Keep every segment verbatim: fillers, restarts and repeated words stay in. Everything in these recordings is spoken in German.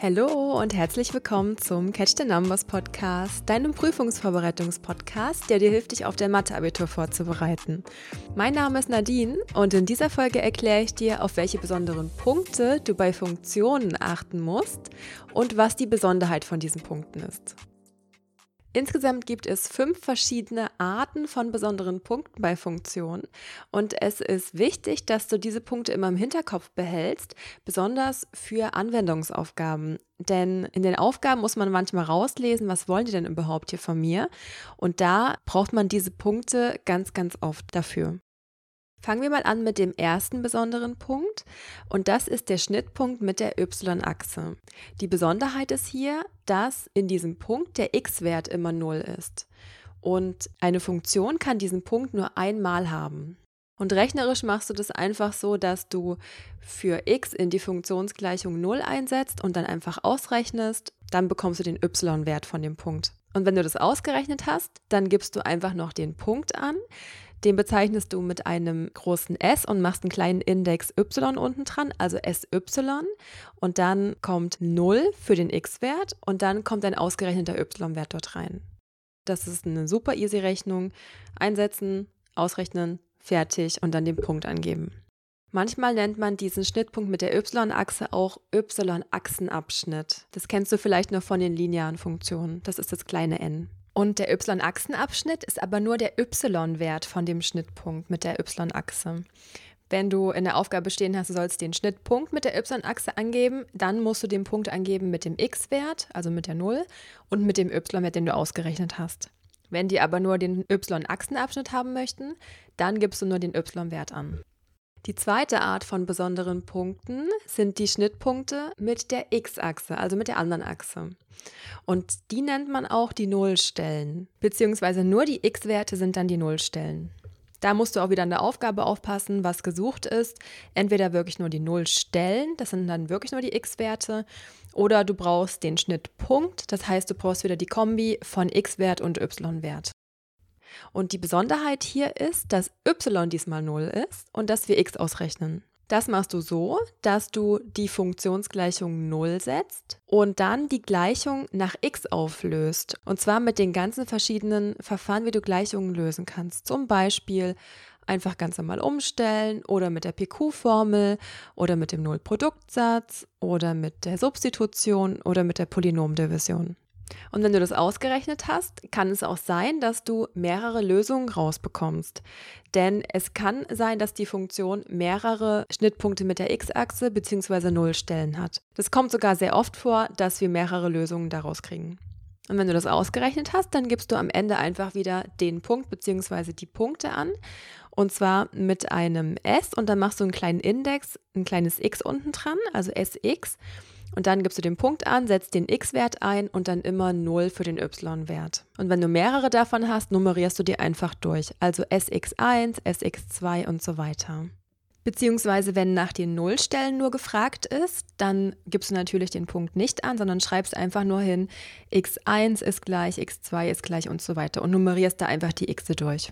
Hallo und herzlich willkommen zum Catch the Numbers Podcast, deinem Prüfungsvorbereitungspodcast, der dir hilft, dich auf dein Mathe-Abitur vorzubereiten. Mein Name ist Nadine und in dieser Folge erkläre ich dir, auf welche besonderen Punkte du bei Funktionen achten musst und was die Besonderheit von diesen Punkten ist. Insgesamt gibt es fünf verschiedene Arten von besonderen Punkten bei Funktionen und es ist wichtig, dass du diese Punkte immer im Hinterkopf behältst, besonders für Anwendungsaufgaben. Denn in den Aufgaben muss man manchmal rauslesen, was wollen die denn überhaupt hier von mir? Und da braucht man diese Punkte ganz, ganz oft dafür. Fangen wir mal an mit dem ersten besonderen Punkt und das ist der Schnittpunkt mit der y-Achse. Die Besonderheit ist hier, dass in diesem Punkt der x-Wert immer null ist und eine Funktion kann diesen Punkt nur einmal haben. Und rechnerisch machst du das einfach so, dass du für x in die Funktionsgleichung null einsetzt und dann einfach ausrechnest, dann bekommst du den y-Wert von dem Punkt. Und wenn du das ausgerechnet hast, dann gibst du einfach noch den Punkt an. Den bezeichnest du mit einem großen S und machst einen kleinen Index y unten dran, also S Y. Und dann kommt null für den x-Wert und dann kommt ein ausgerechneter y-Wert dort rein. Das ist eine super easy Rechnung. Einsetzen, ausrechnen, fertig und dann den Punkt angeben. Manchmal nennt man diesen Schnittpunkt mit der y-Achse auch y-Achsenabschnitt. Das kennst du vielleicht noch von den linearen Funktionen. Das ist das kleine n. Und der y-Achsenabschnitt ist aber nur der y-Wert von dem Schnittpunkt mit der y-Achse. Wenn du in der Aufgabe stehen hast, du sollst den Schnittpunkt mit der y-Achse angeben, dann musst du den Punkt angeben mit dem x-Wert, also mit der null, und mit dem y-Wert, den du ausgerechnet hast. Wenn die aber nur den y-Achsenabschnitt haben möchten, dann gibst du nur den y-Wert an. Die zweite Art von besonderen Punkten sind die Schnittpunkte mit der x-Achse, also mit der anderen Achse. Und die nennt man auch die Nullstellen, beziehungsweise nur die x-Werte sind dann die Nullstellen. Da musst du auch wieder an der Aufgabe aufpassen, was gesucht ist. Entweder wirklich nur die Nullstellen, das sind dann wirklich nur die x-Werte, oder du brauchst den Schnittpunkt, das heißt, du brauchst wieder die Kombi von x-Wert und y-Wert. Und die Besonderheit hier ist, dass y diesmal null ist und dass wir x ausrechnen. Das machst du so, dass du die Funktionsgleichung null setzt und dann die Gleichung nach x auflöst. Und zwar mit den ganzen verschiedenen Verfahren, wie du Gleichungen lösen kannst. Zum Beispiel einfach ganz normal umstellen oder mit der P Q-Formel oder mit dem Nullproduktsatz oder mit der Substitution oder mit der Polynomdivision. Und wenn du das ausgerechnet hast, kann es auch sein, dass du mehrere Lösungen rausbekommst. Denn es kann sein, dass die Funktion mehrere Schnittpunkte mit der x-Achse bzw. Nullstellen hat. Das kommt sogar sehr oft vor, dass wir mehrere Lösungen daraus kriegen. Und wenn du das ausgerechnet hast, dann gibst du am Ende einfach wieder den Punkt bzw. die Punkte an. Und zwar mit einem S und dann machst du einen kleinen Index, ein kleines x unten dran, also S X. Und dann gibst du den Punkt an, setzt den x-Wert ein und dann immer null für den y-Wert. Und wenn du mehrere davon hast, nummerierst du die einfach durch. Also S X eins, S X zwei und so weiter. Beziehungsweise wenn nach den Nullstellen nur gefragt ist, dann gibst du natürlich den Punkt nicht an, sondern schreibst einfach nur hin, x eins ist gleich, x zwei ist gleich und so weiter und nummerierst da einfach die x'e durch.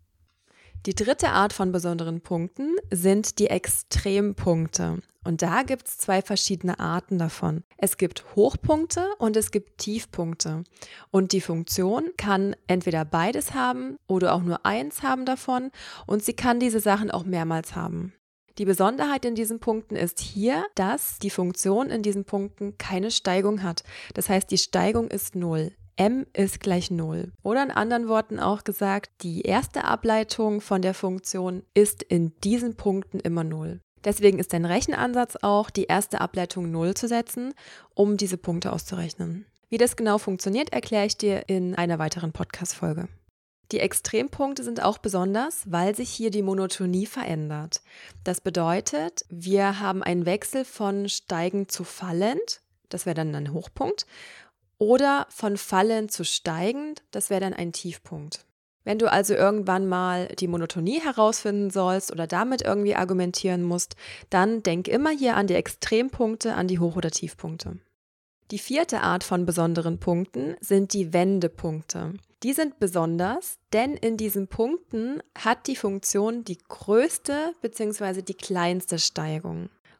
Die dritte Art von besonderen Punkten sind die Extrempunkte. Und da gibt es zwei verschiedene Arten davon. Es gibt Hochpunkte und es gibt Tiefpunkte. Und die Funktion kann entweder beides haben oder auch nur eins haben davon. Und sie kann diese Sachen auch mehrmals haben. Die Besonderheit in diesen Punkten ist hier, dass die Funktion in diesen Punkten keine Steigung hat. Das heißt, die Steigung ist null. M ist gleich null. Oder in anderen Worten auch gesagt, die erste Ableitung von der Funktion ist in diesen Punkten immer null. Deswegen ist dein Rechenansatz auch, die erste Ableitung null zu setzen, um diese Punkte auszurechnen. Wie das genau funktioniert, erkläre ich dir in einer weiteren Podcast-Folge. Die Extrempunkte sind auch besonders, weil sich hier die Monotonie verändert. Das bedeutet, wir haben einen Wechsel von steigend zu fallend, das wäre dann ein Hochpunkt, oder von fallend zu steigend, das wäre dann ein Tiefpunkt. Wenn du also irgendwann mal die Monotonie herausfinden sollst oder damit irgendwie argumentieren musst, dann denk immer hier an die Extrempunkte, an die Hoch- oder Tiefpunkte. Die vierte Art von besonderen Punkten sind die Wendepunkte. Die sind besonders, denn in diesen Punkten hat die Funktion die größte bzw. die kleinste Steigung.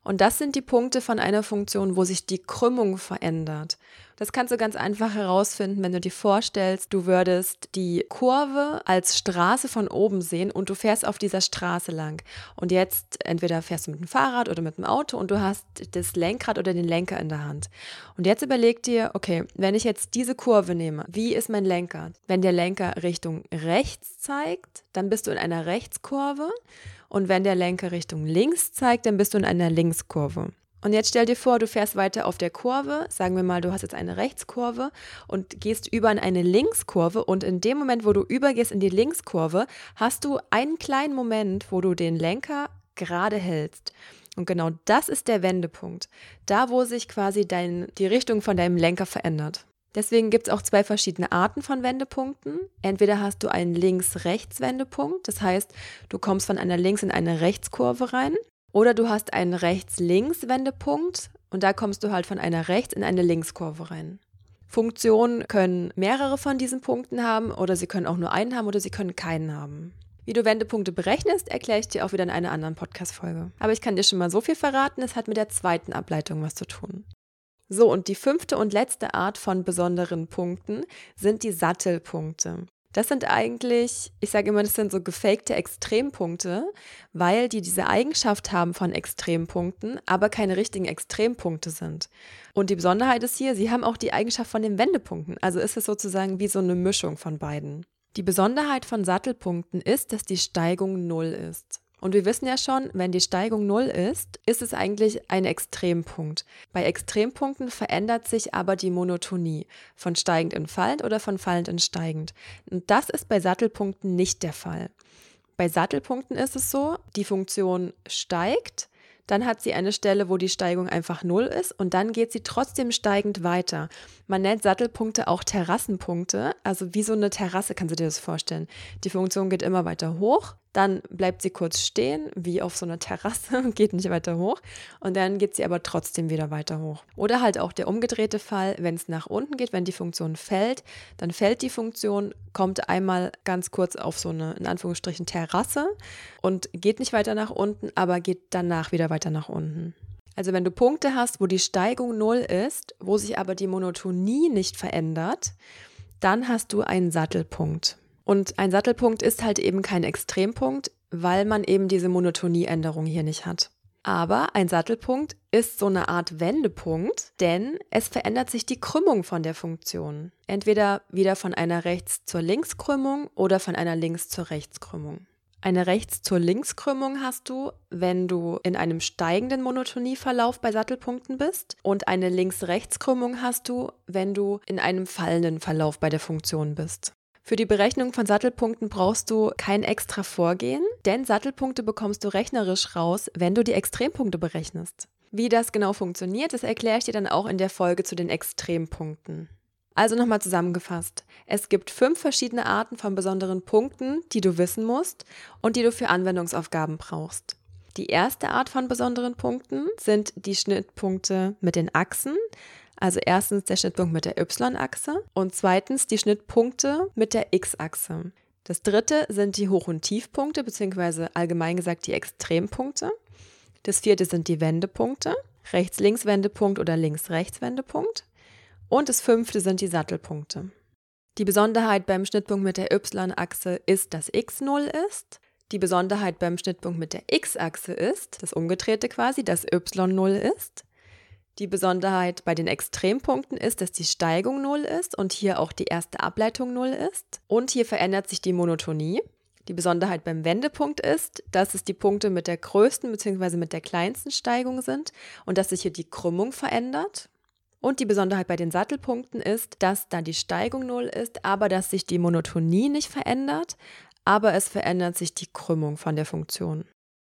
Und das sind die Punkte von einer Funktion, wo sich die Krümmung verändert. Das kannst du ganz einfach herausfinden, wenn du dir vorstellst, du würdest die Kurve als Straße von oben sehen und du fährst auf dieser Straße lang. Und jetzt entweder fährst du mit dem Fahrrad oder mit dem Auto und du hast das Lenkrad oder den Lenker in der Hand. Und jetzt überleg dir, okay, wenn ich jetzt diese Kurve nehme, wie ist mein Lenker? Wenn der Lenker Richtung rechts zeigt, dann bist du in einer Rechtskurve. Und wenn der Lenker Richtung links zeigt, dann bist du in einer Linkskurve. Und jetzt stell dir vor, du fährst weiter auf der Kurve, sagen wir mal, du hast jetzt eine Rechtskurve und gehst über in eine Linkskurve und in dem Moment, wo du übergehst in die Linkskurve, hast du einen kleinen Moment, wo du den Lenker gerade hältst. Und genau das ist der Wendepunkt, da wo sich quasi dein, die Richtung von deinem Lenker verändert. Deswegen gibt es auch zwei verschiedene Arten von Wendepunkten. Entweder hast du einen Links-Rechts-Wendepunkt, das heißt, du kommst von einer Links- in eine Rechtskurve rein. Oder du hast einen Rechts-Links-Wendepunkt und da kommst du halt von einer Rechts- in eine Linkskurve rein. Funktionen können mehrere von diesen Punkten haben oder sie können auch nur einen haben oder sie können keinen haben. Wie du Wendepunkte berechnest, erkläre ich dir auch wieder in einer anderen Podcast-Folge. Aber ich kann dir schon mal so viel verraten, es hat mit der zweiten Ableitung was zu tun. So, und die fünfte und letzte Art von besonderen Punkten sind die Sattelpunkte. Das sind eigentlich, ich sage immer, das sind so gefakte Extrempunkte, weil die diese Eigenschaft haben von Extrempunkten, aber keine richtigen Extrempunkte sind. Und die Besonderheit ist hier, sie haben auch die Eigenschaft von den Wendepunkten. Also ist es sozusagen wie so eine Mischung von beiden. Die Besonderheit von Sattelpunkten ist, dass die Steigung null ist. Und wir wissen ja schon, wenn die Steigung null ist, ist es eigentlich ein Extrempunkt. Bei Extrempunkten verändert sich aber die Monotonie von steigend in fallend oder von fallend in steigend. Und das ist bei Sattelpunkten nicht der Fall. Bei Sattelpunkten ist es so, die Funktion steigt, dann hat sie eine Stelle, wo die Steigung einfach null ist und dann geht sie trotzdem steigend weiter. Man nennt Sattelpunkte auch Terrassenpunkte, also wie so eine Terrasse, kannst du dir das vorstellen. Die Funktion geht immer weiter hoch, dann bleibt sie kurz stehen, wie auf so einer Terrasse, geht nicht weiter hoch und dann geht sie aber trotzdem wieder weiter hoch. Oder halt auch der umgedrehte Fall, wenn es nach unten geht, wenn die Funktion fällt, dann fällt die Funktion, kommt einmal ganz kurz auf so eine, in Anführungsstrichen, Terrasse und geht nicht weiter nach unten, aber geht danach wieder weiter nach unten. Also wenn du Punkte hast, wo die Steigung null ist, wo sich aber die Monotonie nicht verändert, dann hast du einen Sattelpunkt. Und ein Sattelpunkt ist halt eben kein Extrempunkt, weil man eben diese Monotonieänderung hier nicht hat. Aber ein Sattelpunkt ist so eine Art Wendepunkt, denn es verändert sich die Krümmung von der Funktion. Entweder wieder von einer Rechts- zur Linkskrümmung oder von einer Links- zur Rechtskrümmung. Eine Rechts- zur Linkskrümmung hast du, wenn du in einem steigenden Monotonieverlauf bei Sattelpunkten bist und eine Links-Rechts-Krümmung hast du, wenn du in einem fallenden Verlauf bei der Funktion bist. Für die Berechnung von Sattelpunkten brauchst du kein extra Vorgehen, denn Sattelpunkte bekommst du rechnerisch raus, wenn du die Extrempunkte berechnest. Wie das genau funktioniert, das erkläre ich dir dann auch in der Folge zu den Extrempunkten. Also nochmal zusammengefasst. Es gibt fünf verschiedene Arten von besonderen Punkten, die du wissen musst und die du für Anwendungsaufgaben brauchst. Die erste Art von besonderen Punkten sind die Schnittpunkte mit den Achsen. Also erstens der Schnittpunkt mit der Y-Achse und zweitens die Schnittpunkte mit der X-Achse. Das dritte sind die Hoch- und Tiefpunkte, beziehungsweise allgemein gesagt die Extrempunkte. Das vierte sind die Wendepunkte, Rechts-Links-Wendepunkt oder Links-Rechts-Wendepunkt. Und das fünfte sind die Sattelpunkte. Die Besonderheit beim Schnittpunkt mit der Y-Achse ist, dass x null ist. Die Besonderheit beim Schnittpunkt mit der X-Achse ist, das Umgedrehte quasi, dass y null ist. Die Besonderheit bei den Extrempunkten ist, dass die Steigung null ist und hier auch die erste Ableitung null ist. Und hier verändert sich die Monotonie. Die Besonderheit beim Wendepunkt ist, dass es die Punkte mit der größten bzw. mit der kleinsten Steigung sind und dass sich hier die Krümmung verändert. Und die Besonderheit bei den Sattelpunkten ist, dass da die Steigung null ist, aber dass sich die Monotonie nicht verändert, aber es verändert sich die Krümmung von der Funktion.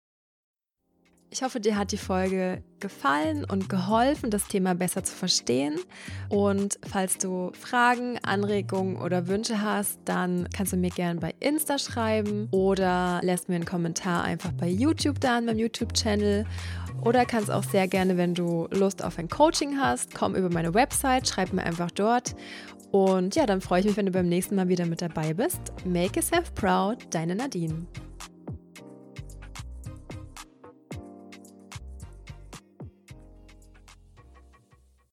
Ich hoffe, dir hat die Folge gefallen und geholfen, das Thema besser zu verstehen. Und falls du Fragen, Anregungen oder Wünsche hast, dann kannst du mir gerne bei Insta schreiben oder lässt mir einen Kommentar einfach bei YouTube da an meinem YouTube-Channel. Oder kannst auch sehr gerne, wenn du Lust auf ein Coaching hast, komm über meine Website, schreib mir einfach dort. Und ja, dann freue ich mich, wenn du beim nächsten Mal wieder mit dabei bist. Make yourself proud, deine Nadine.